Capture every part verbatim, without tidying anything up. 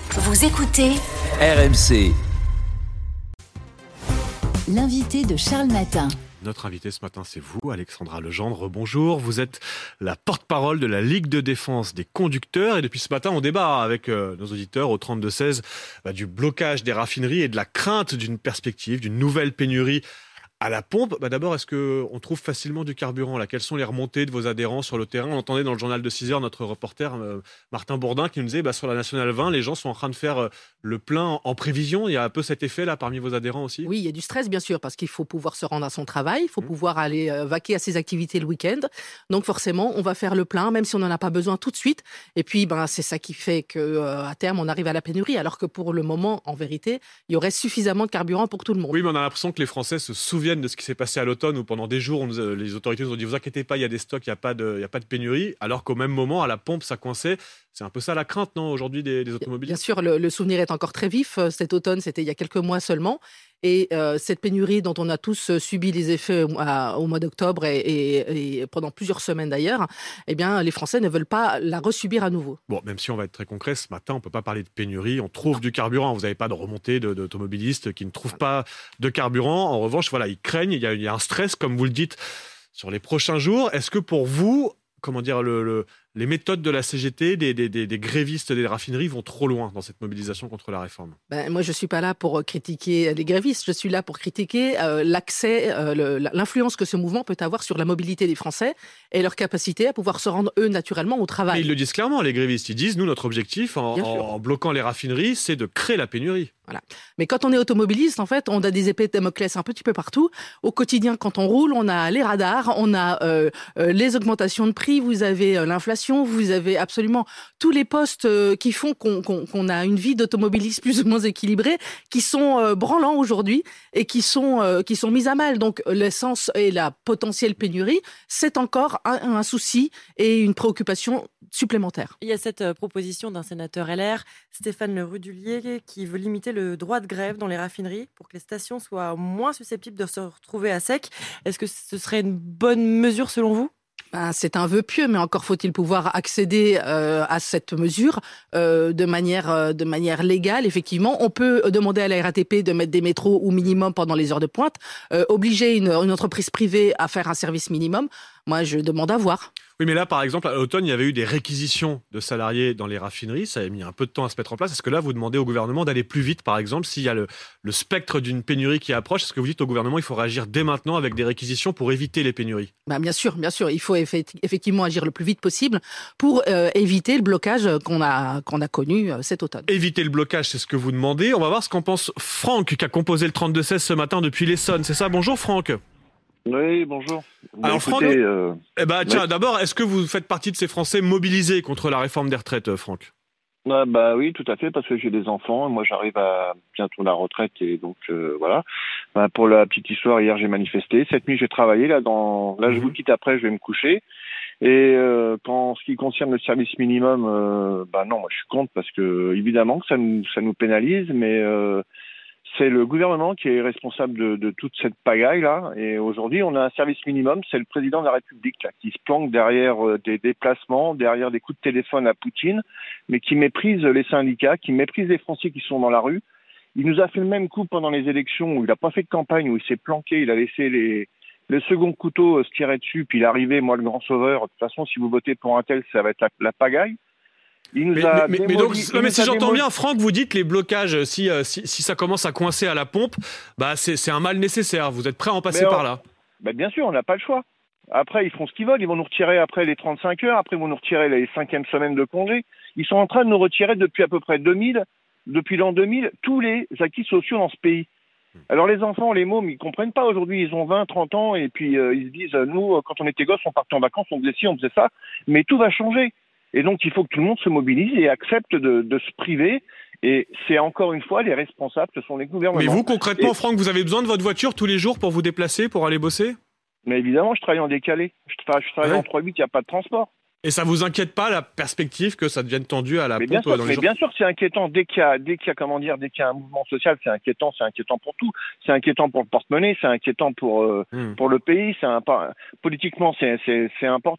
Vous écoutez R M C. L'invité de Charles Matin. Notre invité ce matin, c'est vous, Alexandra Legendre. Bonjour, vous êtes la porte-parole de la Ligue de défense des conducteurs. Et depuis ce matin, on débat avec euh, nos auditeurs au trente-deux seize bah, du blocage des raffineries et de la crainte d'une perspective, d'une nouvelle pénurie à la pompe. Bah, d'abord, est-ce qu'on trouve facilement du carburant là ? Quelles sont les remontées de vos adhérents sur le terrain ? On entendait dans le journal de six heures notre reporter euh, Martin Bourdin qui nous disait bah, sur la Nationale vingt, les gens sont en train de faire euh, le plein en, en prévision. Il y a un peu cet effet là parmi vos adhérents aussi ? Oui, il y a du stress bien sûr parce qu'il faut pouvoir se rendre à son travail, il faut mmh. pouvoir aller euh, vaquer à ses activités le week-end. Donc forcément, on va faire le plein même si on n'en a pas besoin tout de suite. Et puis ben, c'est ça qui fait qu'à euh, terme, on arrive à la pénurie alors que pour le moment, en vérité, il y aurait suffisamment de carburant pour tout le monde. Oui, mais on a l'impression que les Français se souviennent de ce qui s'est passé à l'automne où pendant des jours, on nous, les autorités nous ont dit « vous inquiétez pas, il y a des stocks, il n'y a pas de, il y a pas de pénurie », alors qu'au même moment, à la pompe, ça coinçait. C'est un peu ça la crainte, non, aujourd'hui, des, des automobilistes ? Bien sûr, le, le souvenir est encore très vif. Cet automne, c'était il y a quelques mois seulement. Et euh, cette pénurie dont on a tous subi les effets au, à, au mois d'octobre et, et, et pendant plusieurs semaines d'ailleurs, eh bien, les Français ne veulent pas la resubir à nouveau. Bon, même si on va être très concret, ce matin, on ne peut pas parler de pénurie. On trouve non. du carburant. Vous n'avez pas de remontée de, d'automobilistes qui ne trouvent pas de carburant. En revanche, voilà, ils craignent. Il y a, il y a un stress, comme vous le dites, sur les prochains jours. Est-ce que pour vous, comment dire, le, le, les méthodes de la C G T, des, des, des, des grévistes des raffineries vont trop loin dans cette mobilisation contre la réforme ? Ben, moi, je ne suis pas là pour critiquer les grévistes. Je suis là pour critiquer euh, l'accès, euh, le, l'influence que ce mouvement peut avoir sur la mobilité des Français et leur capacité à pouvoir se rendre, eux, naturellement au travail. Mais ils le disent clairement, les grévistes. Ils disent, nous, notre objectif, en, en, en bloquant les raffineries, c'est de créer la pénurie. Voilà. Mais quand on est automobiliste, en fait, on a des épées de Damoclès un petit peu partout. Au quotidien, quand on roule, on a les radars, on a euh, euh, les augmentations de prix, vous avez euh, l'inflation, vous avez absolument tous les postes euh, qui font qu'on, qu'on, qu'on a une vie d'automobiliste plus ou moins équilibrée, qui sont euh, branlants aujourd'hui et qui sont, euh, qui sont mises à mal. Donc l'essence et la potentielle pénurie, c'est encore un, un souci et une préoccupation supplémentaire. Il y a cette euh, proposition d'un sénateur L R, Stéphane Le Rudulier, qui veut limiter le droit de grève dans les raffineries pour que les stations soient moins susceptibles de se retrouver à sec. Est-ce que ce serait une bonne mesure selon vous ? Ben, c'est un vœu pieux, mais encore faut-il pouvoir accéder euh, à cette mesure euh, de manière euh, de manière légale. Effectivement, on peut demander à la R A T P de mettre des métros au minimum pendant les heures de pointe, euh, obliger une, une entreprise privée à faire un service minimum. Moi, je demande à voir. Oui, mais là, par exemple, à l'automne, il y avait eu des réquisitions de salariés dans les raffineries. Ça a mis un peu de temps à se mettre en place. Est-ce que là, vous demandez au gouvernement d'aller plus vite, par exemple, s'il y a le, le spectre d'une pénurie qui approche ? Est-ce que vous dites au gouvernement qu'il faut réagir dès maintenant avec des réquisitions pour éviter les pénuries ? Ben, bien sûr, bien sûr. Il faut effectivement agir le plus vite possible pour euh, éviter le blocage qu'on a, qu'on a connu euh, cet automne. Éviter le blocage, c'est ce que vous demandez. On va voir ce qu'en pense Franck, qui a composé le trente-deux seize ce matin depuis l'Essonne. C'est ça ? Bonjour, Franck. Oui, bonjour. Alors bah, Franck, euh... eh ben, tiens, ouais. D'abord, est-ce que vous faites partie de ces Français mobilisés contre la réforme des retraites, Franck ? Ah, bah oui, tout à fait, parce que j'ai des enfants. Moi, j'arrive à bientôt la retraite et donc euh, voilà. Bah, pour la petite histoire, hier j'ai manifesté. Cette nuit, j'ai travaillé. Là, dans, là, je mmh. vous quitte après, je vais me coucher. Et euh, quand en ce qui concerne le service minimum, euh, bah non, moi, je suis contre parce que évidemment que ça nous, ça nous pénalise, mais euh, c'est le gouvernement qui est responsable de, de toute cette pagaille-là. Et aujourd'hui, on a un service minimum. C'est le président de la République là, qui se planque derrière des déplacements, derrière des coups de téléphone à Poutine, mais qui méprise les syndicats, qui méprise les Français qui sont dans la rue. Il nous a fait le même coup pendant les élections où il n'a pas fait de campagne, où il s'est planqué, il a laissé les, le second couteau se tirer dessus, puis il est arrivé, moi, le grand sauveur. De toute façon, si vous votez pour un tel, ça va être la, la pagaille. Il nous mais, a mais, démoli, mais donc, non, mais si j'entends démoli... bien, Franck, vous dites les blocages, si, euh, si, si ça commence à coincer à la pompe, bah c'est, c'est un mal nécessaire. Vous êtes prêt à en passer mais par on, là ? bah bien sûr, on n'a pas le choix. Après, ils font ce qu'ils veulent. Ils vont nous retirer après les trente-cinq heures. Après, ils vont nous retirer les cinquièmes semaines de congé. Ils sont en train de nous retirer depuis à peu près deux mille, depuis l'an deux mille, tous les acquis sociaux dans ce pays. Alors les enfants, les mômes, ils comprennent pas aujourd'hui. Ils ont vingt, trente ans et puis euh, ils se disent, nous, quand on était gosses, on partait en vacances, on faisait ci, on faisait ça. Mais tout va changer. Et donc, il faut que tout le monde se mobilise et accepte de, de se priver. Et c'est encore une fois, les responsables, ce sont les gouvernements. Mais vous, concrètement, et... Franck, vous avez besoin de votre voiture tous les jours pour vous déplacer, pour aller bosser ? Mais évidemment, je travaille en décalé. Je travaille, je travaille ouais. en trois huit, il n'y a pas de transport. Et ça vous inquiète pas, la perspective que ça devienne tendu à la mais pompe bien sûr, dans les mais jours... bien sûr, c'est inquiétant. Dès qu'il y a, dès qu'il y a, comment dire, dès qu'il y a un mouvement social, c'est inquiétant, c'est inquiétant pour tout. C'est inquiétant pour le porte-monnaie, c'est inquiétant pour, euh, hmm. pour le pays, c'est un, politiquement, c'est, c'est, c'est important.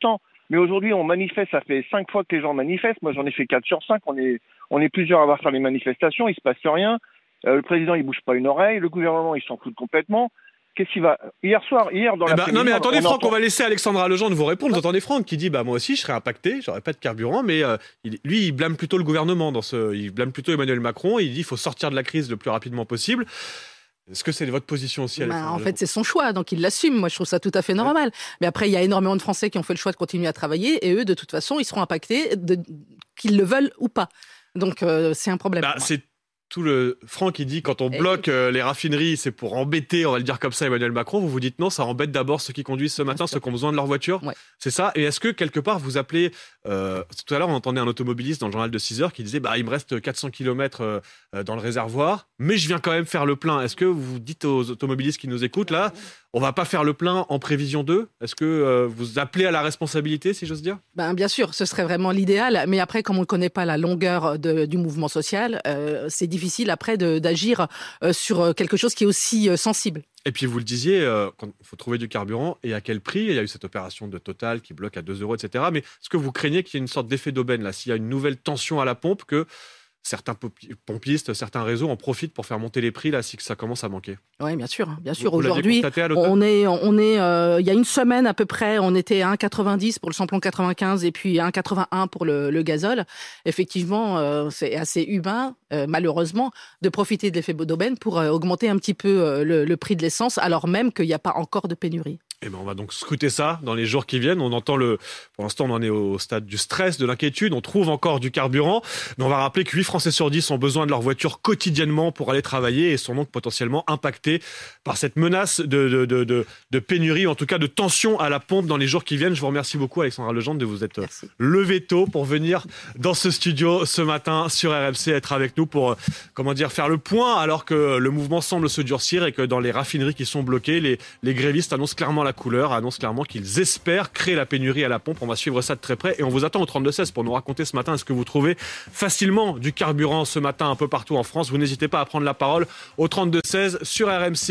Mais aujourd'hui, on manifeste, ça fait cinq fois que les gens manifestent. Moi, j'en ai fait quatre sur cinq. On est, on est plusieurs à avoir fait les manifestations. Il se passe rien. Euh, le président, il bouge pas une oreille. Le gouvernement, il s'en fout complètement. Qu'est-ce qu'il va hier soir, hier dans eh la ben, non mais attendez on Franck, entend... on va laisser Alexandra Legendre vous répondre. Vous entendez Franck qui dit bah moi aussi je serais impacté, j'aurais pas de carburant, mais euh, il, lui il blâme plutôt le gouvernement dans ce, il blâme plutôt Emmanuel Macron. Il dit il faut sortir de la crise le plus rapidement possible. Est-ce que c'est votre position aussi, Alexandra bah, En Legendre fait, c'est son choix, donc il l'assume. Moi, je trouve ça tout à fait normal. Ouais. Mais après, il y a énormément de Français qui ont fait le choix de continuer à travailler, et eux, de toute façon, ils seront impactés, de... qu'ils le veulent ou pas. Donc, euh, c'est un problème. Bah, c'est tout le Franck qui dit quand on bloque euh, les raffineries, c'est pour embêter, on va le dire comme ça, Emmanuel Macron. Vous vous dites non, ça embête d'abord ceux qui conduisent ce matin, ceux qui ont besoin de leur voiture. Ouais. C'est ça. Et est-ce que quelque part vous appelez euh, tout à l'heure, on entendait un automobiliste dans le journal de six heures qui disait bah il me reste quatre cents kilomètres euh, dans le réservoir, mais je viens quand même faire le plein. Est-ce que vous dites aux automobilistes qui nous écoutent là, on va pas faire le plein en prévision d'eux? Est-ce que euh, vous appelez à la responsabilité, si j'ose dire? Ben, bien sûr, ce serait vraiment l'idéal. Mais après, comme on ne connaît pas la longueur de, du mouvement social, euh, c'est difficile après de, d'agir euh, sur quelque chose qui est aussi euh, sensible. Et puis vous le disiez, il euh, faut trouver du carburant et à quel prix? Il y a eu cette opération de Total qui bloque à deux euros, et cetera. Mais est-ce que vous craignez qu'il y ait une sorte d'effet d'aubaine là, s'il y a une nouvelle tension à la pompe, que certains pompistes, certains réseaux en profitent pour faire monter les prix là si ça commence à manquer? Oui, bien sûr, bien sûr. Vous, vous aujourd'hui, on est, on est, euh, il y a une semaine à peu près, on était à un virgule quatre-vingt-dix pour le samplon quatre-vingt-quinze et puis à un virgule quatre-vingt-un pour le, le gazole. Effectivement, euh, c'est assez humain, euh, malheureusement, de profiter de l'effet d'aubaine pour euh, augmenter un petit peu euh, le, le prix de l'essence, alors même qu'il n'y a pas encore de pénurie. Eh ben on va donc scruter ça dans les jours qui viennent. On entend le, pour l'instant, on en est au stade du stress, de l'inquiétude. On trouve encore du carburant, mais on va rappeler que huit Français sur dix ont besoin de leur voiture quotidiennement pour aller travailler et sont donc potentiellement impactés par cette menace de, de, de, de, de pénurie, en tout cas de tension à la pompe dans les jours qui viennent. Je vous remercie beaucoup, Alexandra Legendre, de vous être Merci. levé tôt pour venir dans ce studio ce matin sur R M C, être avec nous pour, comment dire, faire le point alors que le mouvement semble se durcir et que dans les raffineries qui sont bloquées, les, les grévistes annoncent clairement la couleur, annonce clairement qu'ils espèrent créer la pénurie à la pompe. On va suivre ça de très près et on vous attend au trente-deux seize pour nous raconter ce matin, est-ce que vous trouvez facilement du carburant ce matin un peu partout en France? Vous n'hésitez pas à prendre la parole au trente-deux seize sur R M C.